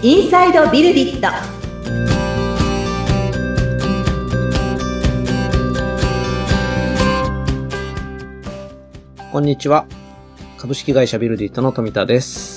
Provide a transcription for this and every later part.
インサイドビルディット。 こんにちは。株式会社ビルディットの富田です。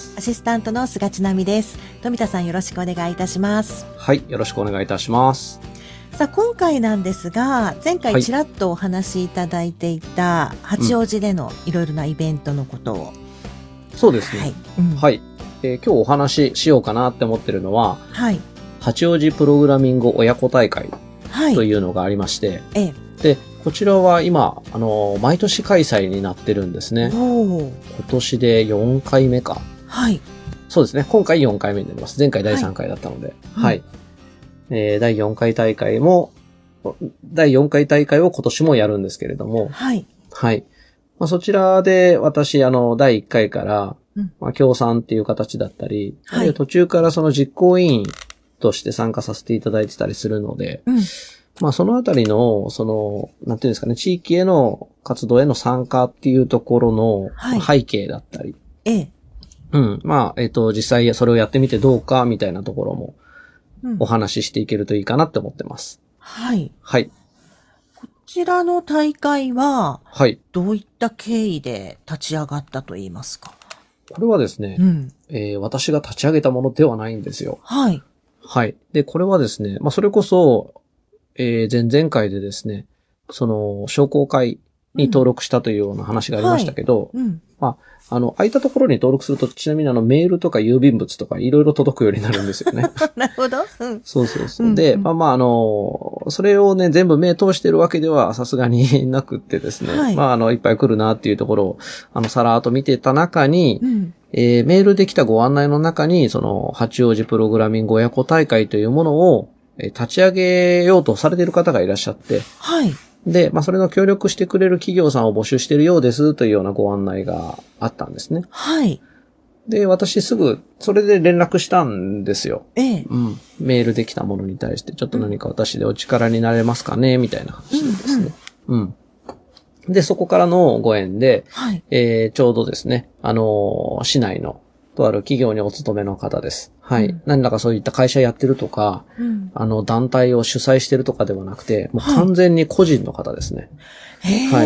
アシスタントの菅千奈美です。富田さん、よろしくお願いいたします。 はい、よろしくお願いいたします。 さあ、今回なんですが、前回ちらっとお話しいただいていた八王子でのいろいろなイベントのことを、 そうですね。 はい、 はい。今日お話ししようかなって思ってるのは、 はい、 八王子プログラミング親子大会というのがありまして、で、こちらは今、毎年開催になってるんですね。今年で4回目か。 はい。 そうですね。今回4回目になります。前回第3回だったので。はい。第4回大会を今年もやるんですけれども。 はい。 はい。まあ、そちらで私、第1回から、まあ、協賛っていう形だったり、はい、途中からその実行委員として参加させていただいてたりするので、まあ、そのあたりの、なんていうんですかね、地域への活動への参加っていうところの背景だったり、まあ、実際それをやってみてどうかみたいなところもお話ししていけるといいかなって思ってます。 はい。 はい。 こちらの大会は、 はい。 どういった経緯で立ち上がったと言いますか？ これはですね、私が立ち上げたものではないんですよ。 はい。 はい。で、これはですね、まあ、それこそ、前々回でですね、商工会に登録したというような話がありましたけど、まあ、空いたところに登録すると、ちなみにメールとか郵便物とかいろいろ届くようになるんですよね。 なるほど。 そうそうそう。で、まあそれをね、全部目通してるわけではさすがになくってですね、まあいっぱい来るなっていうところを、さらーっと見てた中に、メールで来たご案内の中に、八王子プログラミング親子大会というものを、立ち上げようとされている方がいらっしゃって、 はい。 で、まあ、それの協力してくれる企業さんを募集しているようですというようなご案内があったんですね。 はい。 で、私すぐ、それで連絡したんですよ。 メールできたものに対して、ちょっと何か私でお力になれますかねみたいな話でですね。で、そこからのご縁で、ちょうどですね、市内の、とある企業にお勤めの方です。はい。何らかそういった会社やってるとか、団体を主催してるとかではなくて、もう完全に個人の方ですね。はい。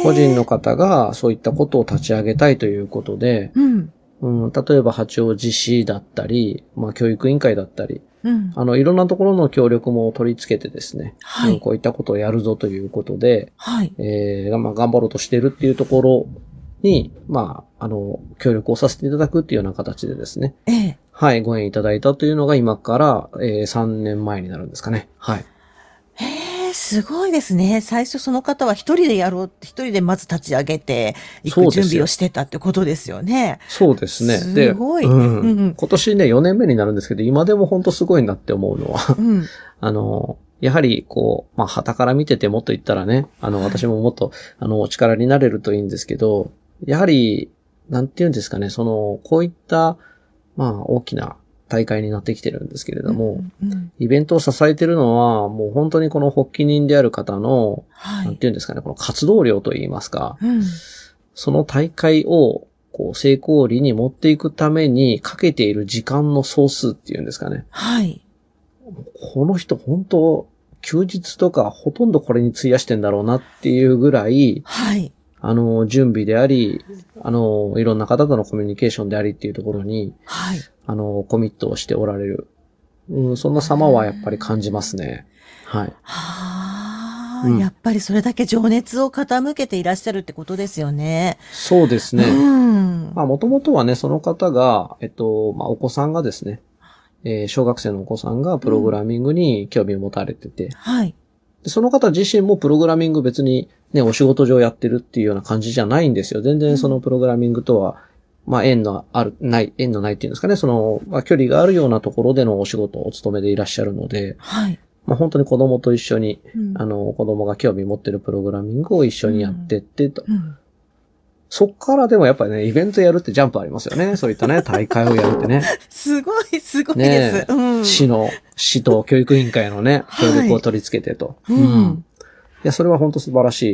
個人の方がそういったことを立ち上げたいということで、例えば八王子市だったり、まあ教育委員会だったり、いろんなところの協力も取り付けてですね、こういったことをやるぞということで、まあ頑張ろうとしているっていうところに、まあ、協力をさせていただくっていうような形でですね。はい、ご縁いただいたというのが今から、3年前になるんですかね。はい。 すごいですね。最初その方は一人でやろうって、一人でまず立ち上げて、行く準備をしてたってことですよね。 そうですね。 すごい。 今年ね、4年目になるんですけど、今でも本当すごいなって思うのは、やはり、まあ、傍から見ててもっと言ったらね、私ももっと、お力になれるといいんですけど、やはり、なんていうんですかね、こういった、まあ、大きな大会になってきてるんですけれども、イベントを支えてるのは、もう本当にこの発起人である方の、なんていうんですかね、この活動量といいますか、その大会を、成功裏に持っていくためにかけている時間の総数っていうんですかね。この人本当、休日とかほとんどこれに費やしてんだろうなっていうぐらい、準備であり、いろんな方とのコミュニケーションでありっていうところに、コミットをしておられる。そんな様はやっぱり感じますね。はい。 やっぱりそれだけ情熱を傾けていらっしゃるってことですよね。 そうですね。まあ、もともとはね、その方が、まあ、お子さんがですね、小学生のお子さんがプログラミングに興味を持たれてて、でその方自身もプログラミング別にね、お仕事上やってるっていうような感じじゃないんですよ。全然そのプログラミングとは、まあ縁のないっていうんですかね、まあ距離があるようなところでのお仕事をお勤めでいらっしゃるので、まあ本当に子供と一緒に、子供が興味持ってるプログラミングを一緒にやってってと。そっからでもやっぱりね、イベントやるってジャンプありますよね。そういったね、大会をやるってね。 すごいです。 市と教育委員会のね、協力を取り付けてと。いや、それは本当素晴らしい、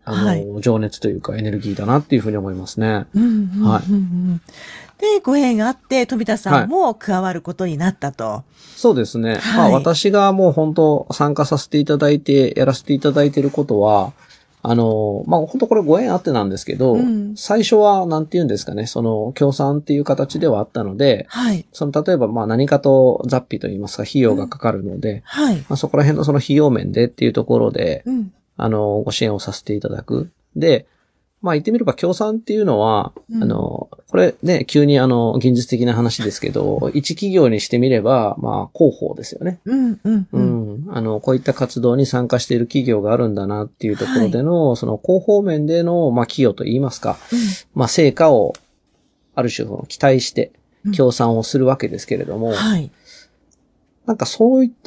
情熱というかエネルギーだなっていうふうに思いますね。 はい。で、ご縁があって、富田さんも加わることになったと。はい、 そうですね。まあ私がもう本当参加させていただいて、やらせていただいていることは、まあ本当これご縁あってなんですけど、最初はなんて言うんですかね、協賛っていう形ではあったので、 はい。 例えばまあ何かと雑費といいますか費用がかかるので、はい。まあそこら辺のその費用面でっていうところで、ご支援をさせていただく。で、まあ言ってみれば協賛っていうのは、これね、急に現実的な話ですけど、一企業にしてみれば、まあ広報ですよね。こういった活動に参加している企業があるんだなっていうところでの、その広報面での、まあ企業といいますか、まあ成果をある種期待して協賛をするわけですけれども、なんかそういった、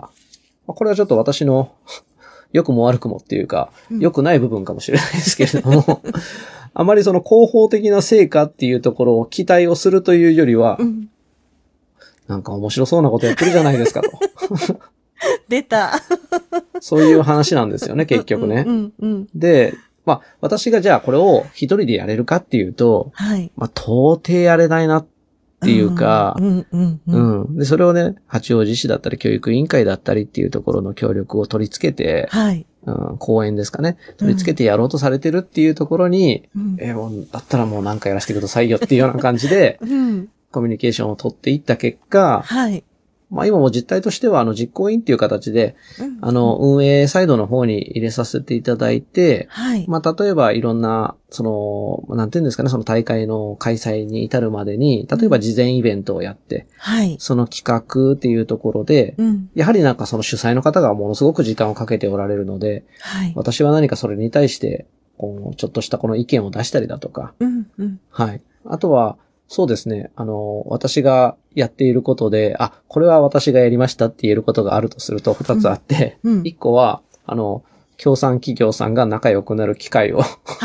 これはちょっと私の良くも悪くもっていうか、良くない部分かもしれないですけれども、あまりその広報的な成果っていうところを期待をするというよりは、なんか面白そうなことやってるじゃないですかと。 出た。 そういう話なんですよね、結局ね。で、まあ私がじゃあこれを一人でやれるかっていうと、まあ到底やれないなっていうか、で、それをね、八王子市だったり教育委員会だったりっていうところの協力を取り付けて、講演ですかね。取り付けてやろうとされてるっていうところに、もうだったらもうなんかやらせてくださいよっていうような感じで、コミュニケーションを取っていった結果、まあ今も実態としては実行委員っていう形で、運営サイドの方に入れさせていただいて、まあ例えばいろんな、なんていうんですかね、その大会の開催に至るまでに、例えば事前イベントをやって、その企画っていうところで、やはりなんかその主催の方がものすごく時間をかけておられるので、私は何かそれに対して、ちょっとしたこの意見を出したりだとか、あとは、そうですね。私がやっていることで、これは私がやりましたって言えることがあるとすると二つあって、一個は、協賛企業さんが仲良くなる機会を。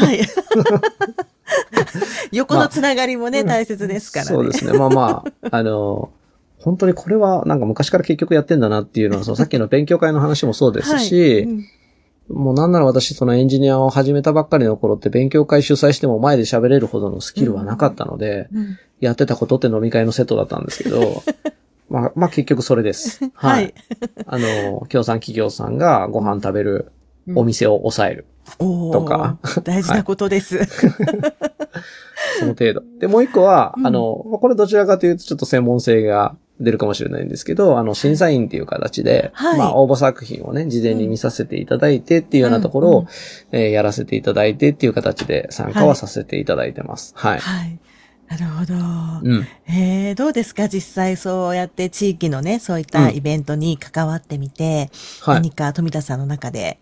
横のつながりもね、大切ですからね。 そうですね。まあまあ、本当にこれはなんか昔から結局やってんだなっていうのは、さっきの勉強会の話もそうですし、もうなんなら私そのエンジニアを始めたばっかりの頃って勉強会主催しても前で喋れるほどのスキルはなかったので、やってたことって飲み会のセットだったんですけど、まあ結局それです。協賛企業さんがご飯食べるお店を抑えるとか。 大事なことです。 その程度。で、もう一個は、これどちらかというとちょっと専門性が出るかもしれないんですけど、審査員っていう形で、まあ、応募作品をね、事前に見させていただいてっていうようなところを、やらせていただいてっていう形で参加はさせていただいてます。なるほど。どうですか実際そうやって地域のね、そういったイベントに関わってみて、何か富田さんの中で。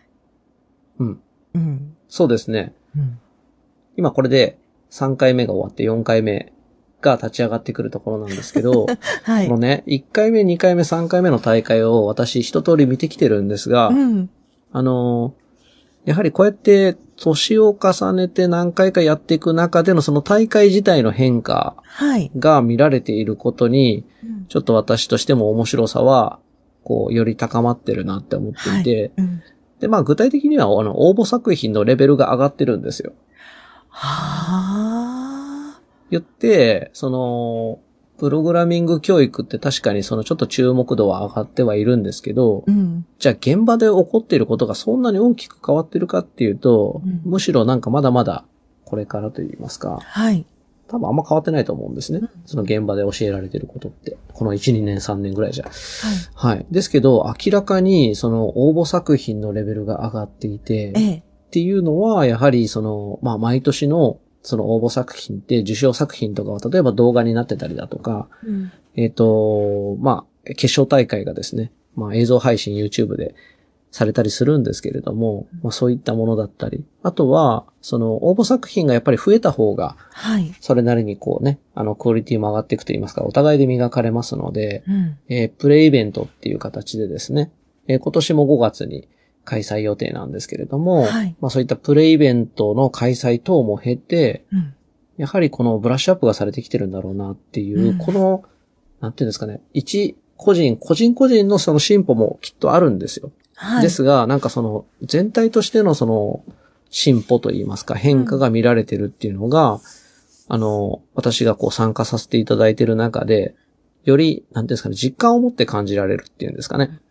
そうですね。今これで3回目が終わって4回目が立ち上がってくるところなんですけど、このね、1回目、2回目、3回目の大会を私一通り見てきてるんですが、やはりこうやって年を重ねて何回かやっていく中でのその大会自体の変化が見られていることに、ちょっと私としても面白さは、より高まってるなって思っていて、で、まあ具体的には応募作品のレベルが上がってるんですよ。言って、プログラミング教育って確かにちょっと注目度は上がってはいるんですけど、じゃあ現場で起こっていることがそんなに大きく変わってるかっていうと、むしろなんかまだまだこれからと言いますか、多分あんま変わってないと思うんですね。その現場で教えられてることって。この1、2年、3年ぐらいじゃ。ですけど、明らかに応募作品のレベルが上がっていて、っていうのは、やはりまあ毎年の応募作品って受賞作品とかは例えば動画になってたりだとか、まあ決勝大会がですね、まあ映像配信 YouTube でされたりするんですけれども、まあそういったものだったり、あとは応募作品がやっぱり増えた方が、それなりにクオリティも上がっていくと言いますか、お互いで磨かれますので、プレイイベントっていう形でですね、今年も5月に開催予定なんですけれども、まあそういったプレイイベントの開催等も経て、やはりこのブラッシュアップがされてきてるんだろうなっていう、なんていうんですかね、個人の進歩もきっとあるんですよ。ですが、なんか全体としての進歩といいますか、変化が見られてるっていうのが、私がこう参加させていただいている中で、より、なんていうんですかね、実感を持って感じられるっていうんですかね。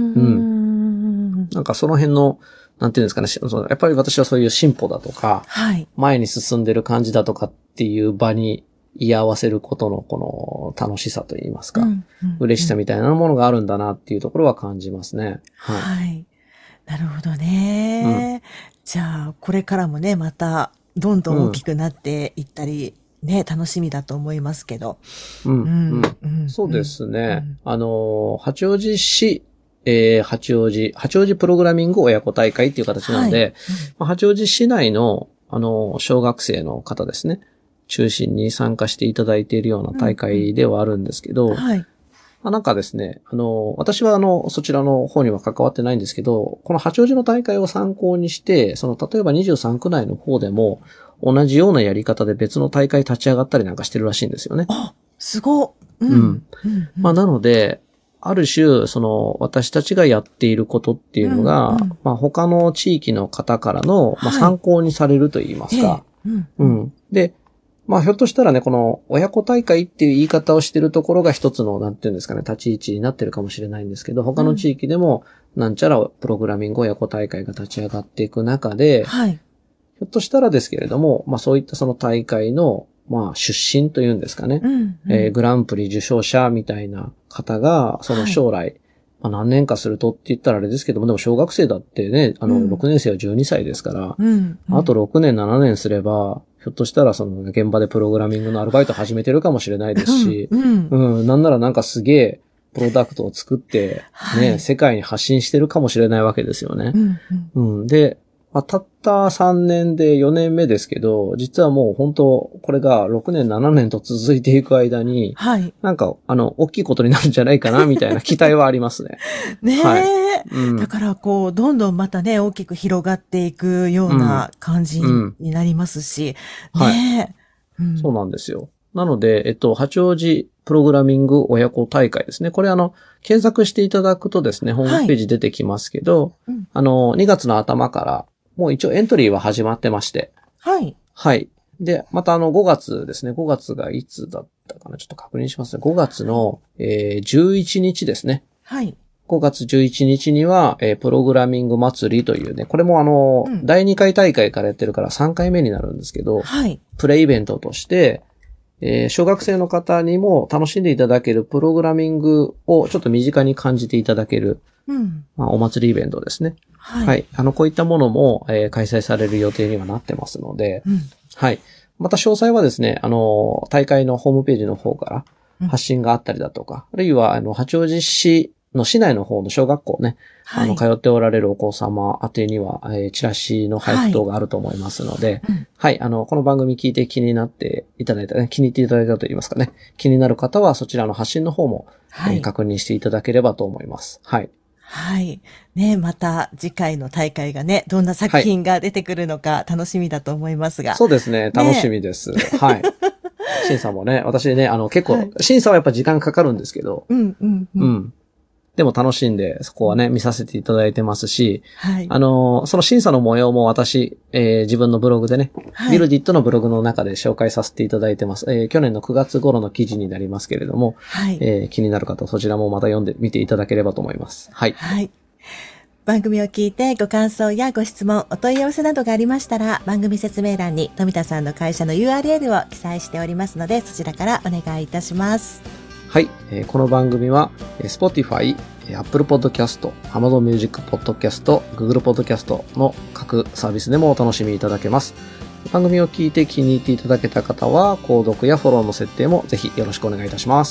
なんかその辺の、なんていうんですかね、やっぱり私はそういう進歩だとか、はい、前に進んでる感じだとかっていう場に居合わせることのこの楽しさといいますか、嬉しさみたいなものがあるんだなっていうところは感じますね。 はい。はい、なるほどね。じゃあ、これからもね、また、どんどん大きくなっていったり、ね、楽しみだと思いますけど。 そうですね。八王子市、八王子プログラミング親子大会っていう形なので、八王子市内の、小学生の方ですね、中心に参加していただいているような大会ではあるんですけど、なんかですね、私はそちらの方には関わってないんですけど、この八王子の大会を参考にして、例えば23区内の方でも、同じようなやり方で別の大会立ち上がったりなんかしてるらしいんですよね。 あ、すごっ。 なので、ある種、私たちがやっていることっていうのが、他の地域の方からの、参考にされると言いますか。で、ひょっとしたらね、この親子大会っていう言い方をしてるところが一つの、なんていうんですかね、立ち位置になってるかもしれないんですけど、他の地域でも、なんちゃらプログラミング親子大会が立ち上がっていく中で、ひょっとしたらですけれども、そういったその大会の、出身というんですかね、グランプリ受賞者みたいな方が、その将来、何年かするとって言ったらあれですけども、でも小学生だってね、6年生は12歳ですから、あと6年、7年すれば、ひょっとしたらその現場でプログラミングのアルバイト始めてるかもしれないですし、なんならなんかすげえプロダクトを作って、ね、世界に発信してるかもしれないわけですよね。で、たった3年で4年目ですけど、実はもう本当、これが6年、7年と続いていく間に、なんか、大きいことになるんじゃないかな、みたいな期待はありますね。 ねえ、だからこう、どんどんまたね、大きく広がっていくような感じになりますし、 そうなんですよ。なので、八王子プログラミング親子大会ですね。これ検索していただくとですね、ホームページ出てきますけど、2月の頭から、もう一応エントリーは始まってまして。はい。で、また5月ですね。5月がいつだったかな。ちょっと確認しますね。5月の、11日ですね。5月11日には、プログラミング祭りというね、これも第2回大会からやってるから3回目になるんですけど、プレイベントとして、小学生の方にも楽しんでいただけるプログラミングをちょっと身近に感じていただける、お祭りイベントですね。こういったものも、開催される予定にはなってますので、また詳細はですね、大会のホームページの方から発信があったりだとか、あるいは、八王子市の市内の方の小学校ね、通っておられるお子様宛てには、チラシの配布等があると思いますので、この番組聞いて気になっていただいた、気に入っていただいたと言いますかね、気になる方はそちらの発信の方も、確認していただければと思います。 ね、また次回の大会がね、どんな作品が出てくるのか楽しみだと思いますが。 そうですね、楽しみです。審査もね、私ね、結構、審査はやっぱ時間かかるんですけど、でも楽しんで、そこはね、見させていただいてますし、その審査の模様も私、自分のブログでね、ビルディットのブログの中で紹介させていただいてます。去年の9月頃の記事になりますけれども、気になる方はそちらもまた読んでみていただければと思います。 番組を聞いてご感想やご質問、お問い合わせなどがありましたら、番組説明欄に富田さんの会社の URL を記載しておりますので、そちらからお願いいたします。 この番組は Spotify、Apple Podcast、Amazon Music Podcast、Google Podcast の各サービスでもお楽しみいただけます。番組を聞いて気に入っていただけた方は、購読やフォローの設定もぜひよろしくお願いいたします。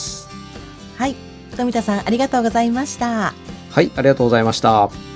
富田さんありがとうございました。 ありがとうございました。